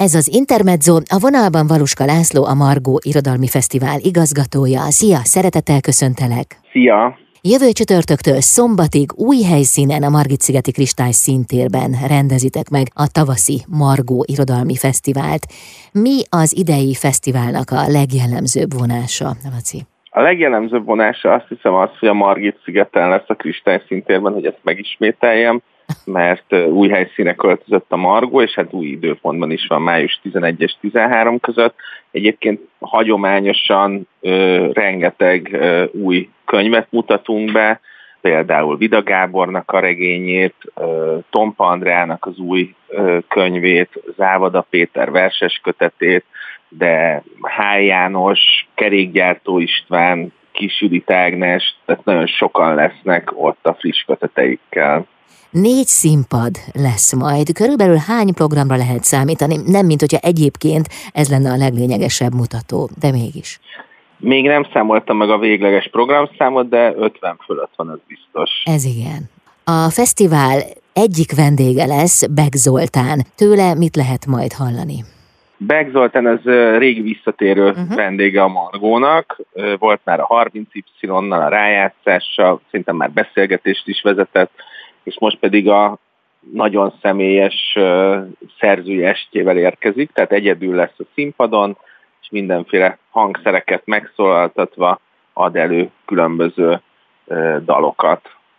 Ez az Intermezzo, a vonalban Valuska László, a Margó Irodalmi Fesztivál igazgatója. Szia, szeretettel köszöntelek! Szia! Jövő csütörtöktől szombatig új helyszínen, a Margit-szigeti Kristály Színtérben rendezitek meg a tavaszi Margó Irodalmi Fesztivált. Mi az idei fesztiválnak a legjellemzőbb vonása, Laci? A legjellemzőbb vonása azt hiszem az, hogy a Margit-szigeten lesz a Kristály Színtérben, hogy ezt megismételjem, mert új helyszíne költözött a Margó, és hát új időpontban is van, május 11 és 13 között. Egyébként hagyományosan rengeteg új könyvet mutatunk be, például Vida Gábornak a regényét, Tompa Andreának az új könyvét, Závada Péter verses kötetét, de H. János, Kerékgyártó István, Kis Judit Ágnes, tehát nagyon sokan lesznek ott a friss köteteikkel. 4 színpad lesz majd. Körülbelül hány programra lehet számítani? Nem, mint hogyha egyébként ez lenne a leglényegesebb mutató, de mégis. Még nem számoltam meg a végleges programszámot, de 50 fölött van, az biztos. Ez igen. A fesztivál egyik vendége lesz Beck Zoltán. Tőle mit lehet majd hallani? Beck Zoltán az régi visszatérő vendége a Margónak. Volt már a 30Y-nal, a rájátszással, szinte már beszélgetést is vezetett, és most pedig a nagyon személyes szerzői estjével érkezik, tehát egyedül lesz a színpadon, és mindenféle hangszereket megszólaltatva ad elő különböző dalokat.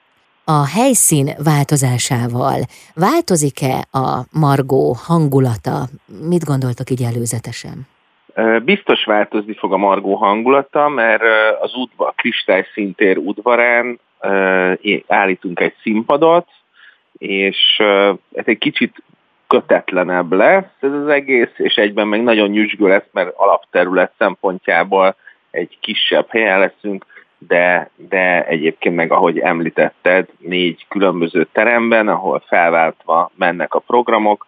A helyszín változásával változik-e a Margó hangulata? Mit gondoltok így előzetesen? Biztos változni fog a Margó hangulata, mert az a Kristály Színtér udvarán állítunk egy színpadot, és ez egy kicsit kötetlenebb lesz ez az egész, és egyben meg nagyon nyüzsgő lesz, mert alapterület szempontjából egy kisebb helyen leszünk, de egyébként meg, ahogy említetted, 4 különböző teremben, ahol felváltva mennek a programok,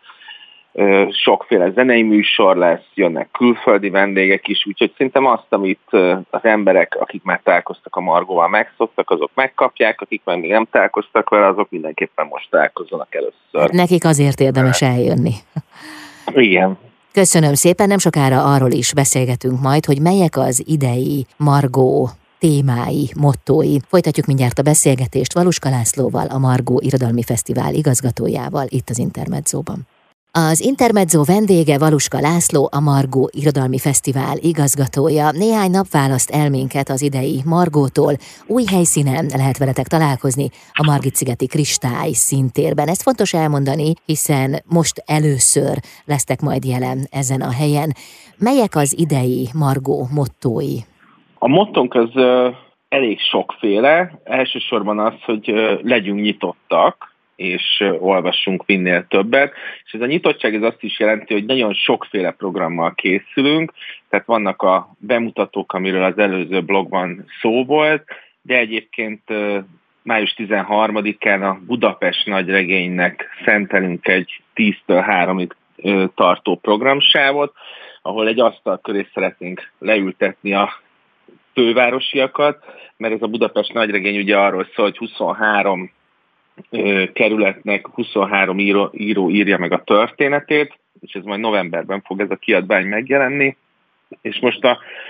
sokféle zenei műsor lesz, jönnek külföldi vendégek is, úgyhogy szerintem azt, amit az emberek, akik már találkoztak a Margóval, megszoktak, azok megkapják, akik meg még nem találkoztak vele, azok mindenképpen most találkozzanak először. Nekik azért érdemes eljönni. Igen. Köszönöm szépen, nem sokára arról is beszélgetünk majd, hogy melyek az idei Margó témái, mottói. Folytatjuk mindjárt a beszélgetést Valuska Lászlóval, a Margó Irodalmi Fesztivál igazgatójával itt az Intermezzóban. Az Intermezzo vendége Valuska László, a Margó Irodalmi Fesztivál igazgatója. Néhány nap választ el minket az idei Margótól. Új helyszínen lehet veletek találkozni, a Margit-szigeti Kristály Színtérben. Ezt fontos elmondani, hiszen most először lesztek majd jelen ezen a helyen. Melyek az idei Margó mottói? A mottónk az elég sokféle. Elsősorban az, hogy legyünk nyitottak, és olvassunk minél többet. És ez a nyitottság ez azt is jelenti, hogy nagyon sokféle programmal készülünk, tehát vannak a bemutatók, amiről az előző blogban szó volt, de egyébként május 13-án a Budapest nagyregénynek szentelünk egy 10-től 3-ig tartó programsávot, ahol egy asztal köré szeretnénk leültetni a fővárosiakat, mert ez a Budapest nagyregény ugye arról szól, hogy 23 kerületnek 23 író írja meg a történetét, és ez majd novemberben fog ez a kiadvány megjelenni, és most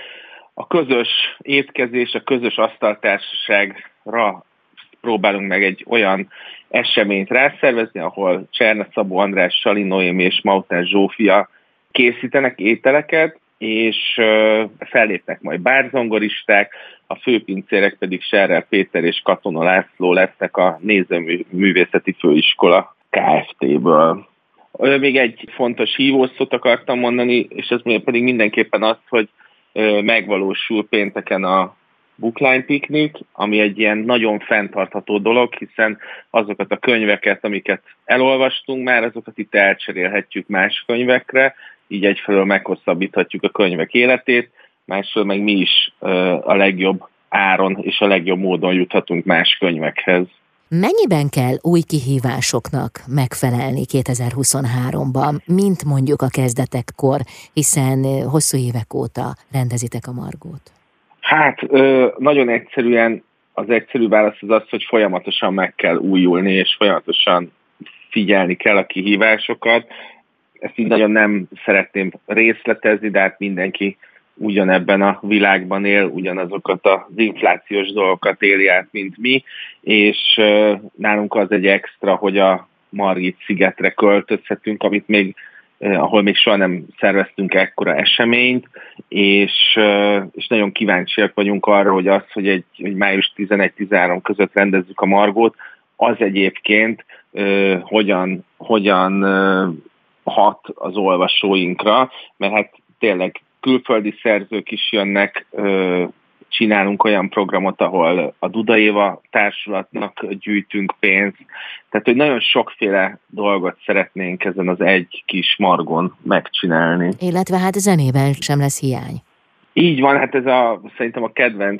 a közös étkezés, a közös asztaltársaságra próbálunk meg egy olyan eseményt rászervezni, ahol Cserne Szabó András, Sali Noémi és Mautás Zsófia készítenek ételeket, és fellépnek majd bárzongoristák, a főpincérek pedig Serrel Péter és Katona László lesznek a Nézőművészeti Főiskola Kft-ből. Még egy fontos hívószót akartam mondani, és ez pedig mindenképpen az, hogy megvalósul pénteken a Bookline Picnic, ami egy ilyen nagyon fenntartható dolog, hiszen azokat a könyveket, amiket elolvastunk már, azokat itt elcserélhetjük más könyvekre, így egyfelől meghosszabbíthatjuk a könyvek életét, másfelől meg mi is a legjobb áron és a legjobb módon juthatunk más könyvekhez. Mennyiben kell új kihívásoknak megfelelni 2023-ban, mint mondjuk a kezdetekkor, hiszen hosszú évek óta rendezitek a Margót? Hát nagyon egyszerűen az egyszerű válasz az, hogy folyamatosan meg kell újulni, és folyamatosan figyelni kell a kihívásokat. ezt így nagyon nem szeretném részletezni, de hát mindenki ugyanebben a világban él, ugyanazokat az inflációs dolgokat éli át, mint mi, és nálunk az egy extra, hogy a Margit szigetre költözhetünk, ahol még soha nem szerveztünk ekkora eseményt, és nagyon kíváncsiak vagyunk arra, hogy május 11-13 között rendezzük a Margót, az egyébként hogyan hat az olvasóinkra, mert hát tényleg külföldi szerzők is jönnek, csinálunk olyan programot, ahol a Duda Éva társulatnak gyűjtünk pénzt, tehát hogy nagyon sokféle dolgot szeretnénk ezen az egy kis Margon megcsinálni. Illetve hát zenében sem lesz hiány. Így van, hát ez szerintem a kedvenc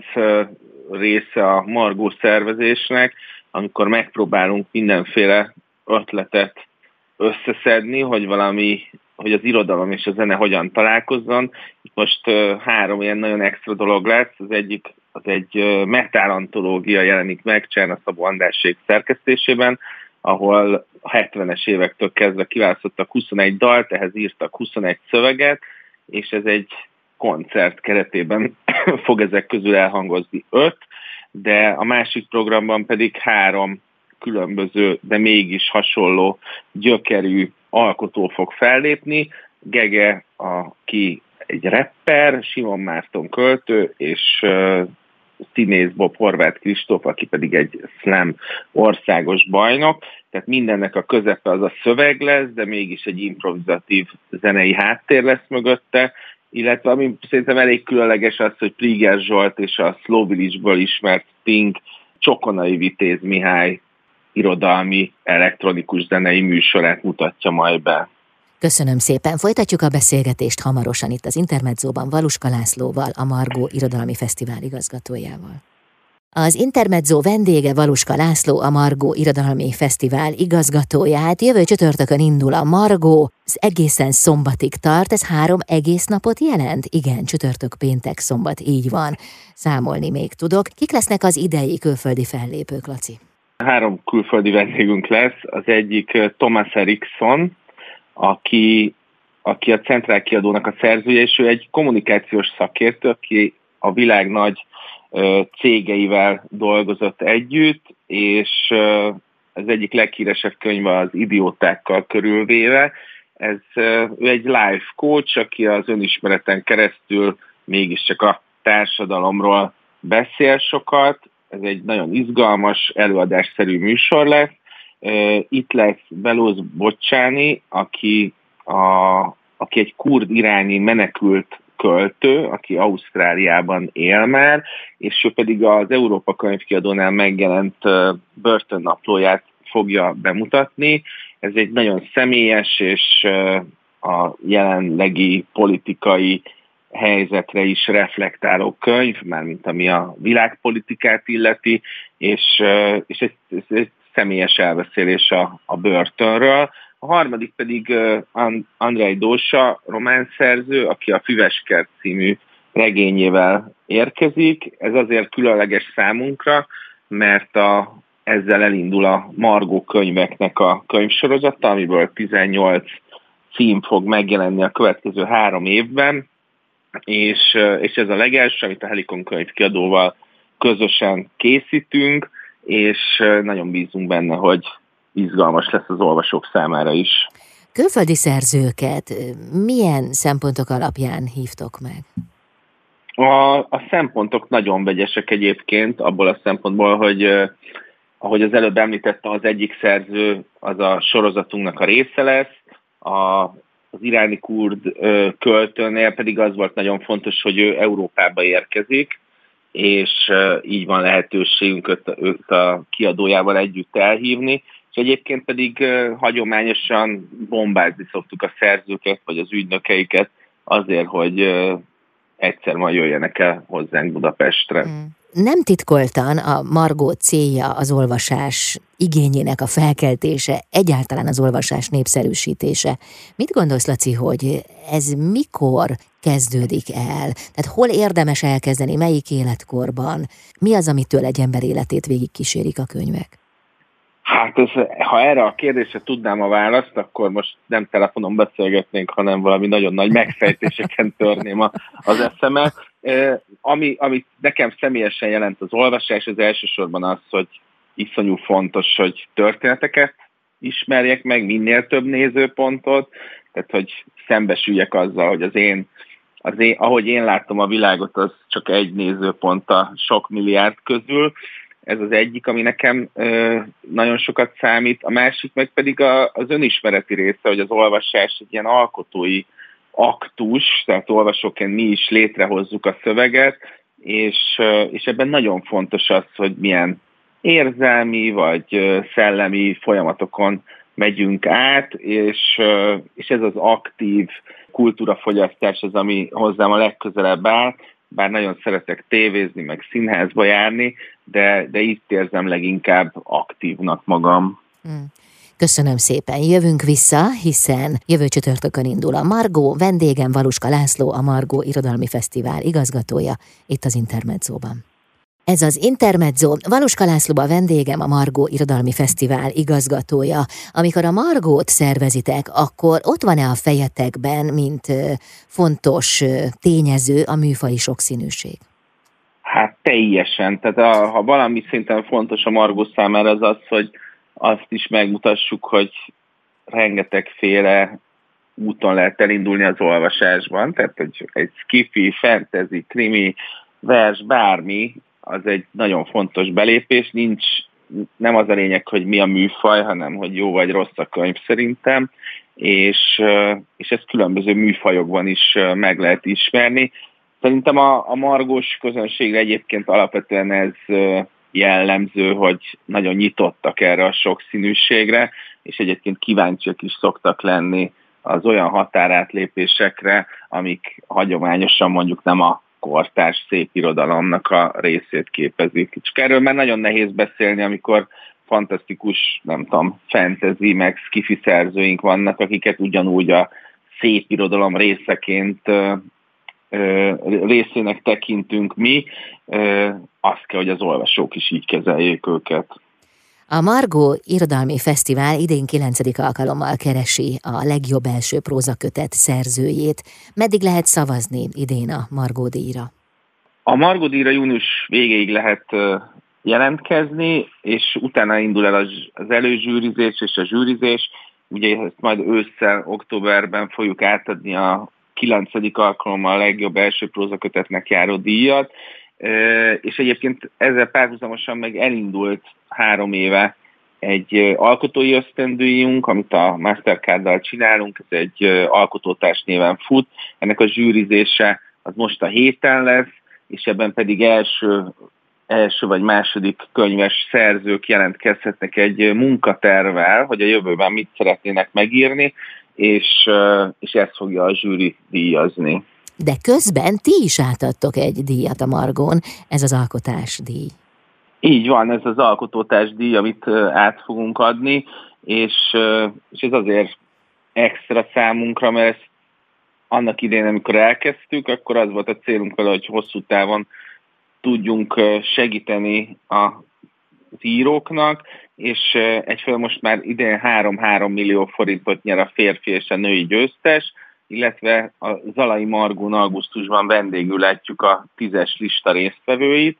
része a Margó szervezésnek, amikor megpróbálunk mindenféle ötletet összeszedni, hogy az irodalom és a zene hogyan találkozzon. Itt most 3 ilyen nagyon extra dolog lesz. Az egyik az egy metálantológia jelenik meg Cserna Szabó Andrásség szerkesztésében, ahol a 70-es évektől kezdve kiválasztottak 21 dalt, ehhez írtak 21 szöveget, és ez egy koncert keretében fog ezek közül elhangozni 5, de a másik programban pedig 3 különböző, de mégis hasonló gyökerű alkotó fog fellépni. Gege, aki egy rapper, Simon Márton költő, és színész Bob Horváth Kristóf, aki pedig egy slam országos bajnok. Tehát mindennek a közepe az a szöveg lesz, de mégis egy improvizatív zenei háttér lesz mögötte, illetve ami szerintem elég különleges az, hogy Priger Zsolt és a Slow Village-ből ismert Sting Csokonai Vitéz Mihály irodalmi elektronikus zenei műsorát mutatja majd be. Köszönöm szépen. Folytatjuk a beszélgetést hamarosan itt az Intermedzóban Valuska Lászlóval, a Margó Irodalmi Fesztivál igazgatójával. Az Intermedzó vendége Valuska László, a Margó Irodalmi Fesztivál igazgatója. Hát jövő csütörtökön indul a Margó, ez egészen szombatig tart, ez 3 egész napot jelent? Igen, csütörtök, péntek, szombat, így van. Számolni még tudok. Kik lesznek az idei külföldi fellépők, Laci? 3 külföldi vendégünk lesz. Az egyik Thomas Eriksson, aki a Centrál kiadónak a szerzője, és ő egy kommunikációs szakértő, aki a világ nagy cégeivel dolgozott együtt, és az egyik leghíresebb könyve az Idiótákkal körülvéve. Ő egy life coach, aki az önismereten keresztül mégiscsak a társadalomról beszél sokat. Ez egy nagyon izgalmas, előadásszerű műsor lesz. Itt lesz Belóz Bocsáni, aki egy kurd irányi menekült költő, aki Ausztráliában él már, és ő pedig az Európa Könyvkiadónál megjelent börtönnaplóját fogja bemutatni. Ez egy nagyon személyes és a jelenlegi politikai helyzetre is reflektáló könyv, mármint ami a világpolitikát illeti, és egy személyes elbeszélés a börtönről. A harmadik pedig Andrei Dósa, románszerző, aki a Füveskert című regényével érkezik. Ez azért különleges számunkra, mert ezzel elindul a Margó könyveknek a könyvsorozata, amiből 18 cím fog megjelenni a következő 3 évben, és ez a legelső, amit a Helikon könyvkiadóval közösen készítünk, és nagyon bízunk benne, hogy izgalmas lesz az olvasók számára is. Külföldi szerzőket milyen szempontok alapján hívtok meg? A szempontok nagyon vegyesek egyébként, abból a szempontból, hogy ahogy az előbb említettem, az egyik szerző az a sorozatunknak a része lesz, az iráni kurd költőnél pedig az volt nagyon fontos, hogy ő Európába érkezik, és így van lehetőségünk őt a kiadójával együtt elhívni, és egyébként pedig hagyományosan bombázni szoktuk a szerzőket, vagy az ügynökeiket azért, hogy egyszer majd jöjjenek el hozzánk Budapestre. Nem titkoltan a Margó célja az olvasás igényének a felkeltése, egyáltalán az olvasás népszerűsítése. Mit gondolsz, Laci, hogy ez mikor kezdődik el? Tehát hol érdemes elkezdeni, melyik életkorban? Mi az, amitől egy ember életét végigkísérik a könyvek? Hát ha erre a kérdésre tudnám a választ, akkor most nem telefonon beszélgetnénk, hanem valami nagyon nagy megfejtéseken törném az eszemet. Ami nekem személyesen jelent az olvasás, az elsősorban az, hogy iszonyú fontos, hogy történeteket ismerjek meg, minél több nézőpontot, tehát hogy szembesüljek azzal, hogy ahogy én látom a világot, az csak egy nézőpont a sok milliárd közül. Ez az egyik, ami nekem nagyon sokat számít. A másik meg pedig az önismereti része, hogy az olvasás egy ilyen alkotói aktus, tehát olvasóként mi is létrehozzuk a szöveget, és ebben nagyon fontos az, hogy milyen érzelmi vagy szellemi folyamatokon megyünk át, és ez az aktív kultúrafogyasztás az, ami hozzám a legközelebb áll, bár nagyon szeretek tévézni, meg színházba járni, de itt érzem leginkább aktívnak magam. Köszönöm szépen, jövünk vissza, hiszen jövő csütörtökön indul a Margó, vendégem Valuska László, a Margó Irodalmi Fesztivál igazgatója, itt az Intermedzóban. Ez az Intermezzo, Valuska László a vendégem, a Margó Irodalmi Fesztivál igazgatója. Amikor a Margót szervezitek, akkor ott van-e a fejetekben, mint fontos tényező a műfaji sokszínűség? Hát teljesen. Tehát ha valami szinten fontos a Margó számára, az, hogy azt is megmutassuk, hogy rengetegféle úton lehet elindulni az olvasásban. Tehát, hogy egy sci-fi, fantasy, krimi, vers, bármi, az egy nagyon fontos belépés. Nem az a lényeg, hogy mi a műfaj, hanem hogy jó vagy rossz a könyv szerintem, és ezt különböző műfajokban is meg lehet ismerni. Szerintem a margós közönségre egyébként alapvetően ez jellemző, hogy nagyon nyitottak erre a sokszínűségre, és egyébként kíváncsiak is szoktak lenni az olyan határátlépésekre, amik hagyományosan mondjuk nem a kortárs szép irodalomnak a részét képezik. Csak erről már nagyon nehéz beszélni, amikor fantasztikus, nem tudom, fantasy, meg sci-fi szerzőink vannak, akiket ugyanúgy a szép irodalom részének tekintünk mi, azt kell, hogy az olvasók is így kezeljék őket. A Margó Irodalmi Fesztivál idén 9. alkalommal keresi a legjobb első prózakötet szerzőjét. Meddig lehet szavazni idén a Margó díjra? A Margó díjra június végéig lehet jelentkezni, és utána indul el az előzsűrizés és a zsűrizés. Ugye ezt majd ősszel, októberben fogjuk átadni a 9. alkalommal a legjobb első prózakötetnek járó díjat, és egyébként ezzel párhuzamosan meg elindult 3 éve egy alkotói ösztöndíjunk, amit a Mastercarddal csinálunk, ez egy alkotótárs néven fut. Ennek a zsűrizése az most a héten lesz, és ebben pedig első vagy második könyves szerzők jelentkezhetnek egy munkatervvel, hogy a jövőben mit szeretnének megírni, és ezt fogja a zsűri díjazni. De közben ti is átadtok egy díjat a Margón, ez az alkotásdíj. Így van, ez az alkotótársdíj, amit át fogunk adni, és ez azért extra számunkra, mert ezt annak idején, amikor elkezdtük, akkor az volt a célunk vele, hogy hosszú távon tudjunk segíteni az íróknak, és egyfelől most már idén 3 millió forintot nyer a férfi és a női győztes, illetve a Zalai Margón augusztusban vendégül látjuk a 10-es lista résztvevőit,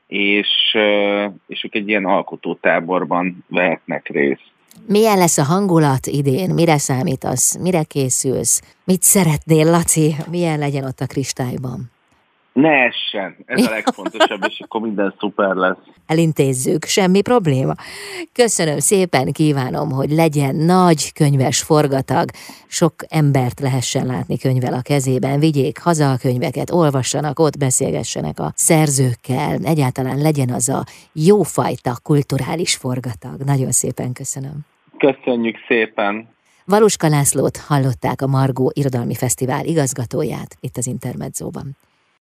és ők egy ilyen alkotótáborban vehetnek részt. Milyen lesz a hangulat idén? Mire számítasz? Mire készülsz? Mit szeretnél, Laci? Milyen legyen ott a kristályban? Ne essen, ez a legfontosabb, és akkor minden szuper lesz. Elintézzük, semmi probléma. Köszönöm szépen, kívánom, hogy legyen nagy könyves forgatag, sok embert lehessen látni könyvvel a kezében, vigyék haza a könyveket, olvassanak, ott beszélgessenek a szerzőkkel, egyáltalán legyen az a jófajta kulturális forgatag. Nagyon szépen köszönöm. Köszönjük szépen. Valuska Lászlót hallották, a Margó Irodalmi Fesztivál igazgatóját itt az Intermedzóban.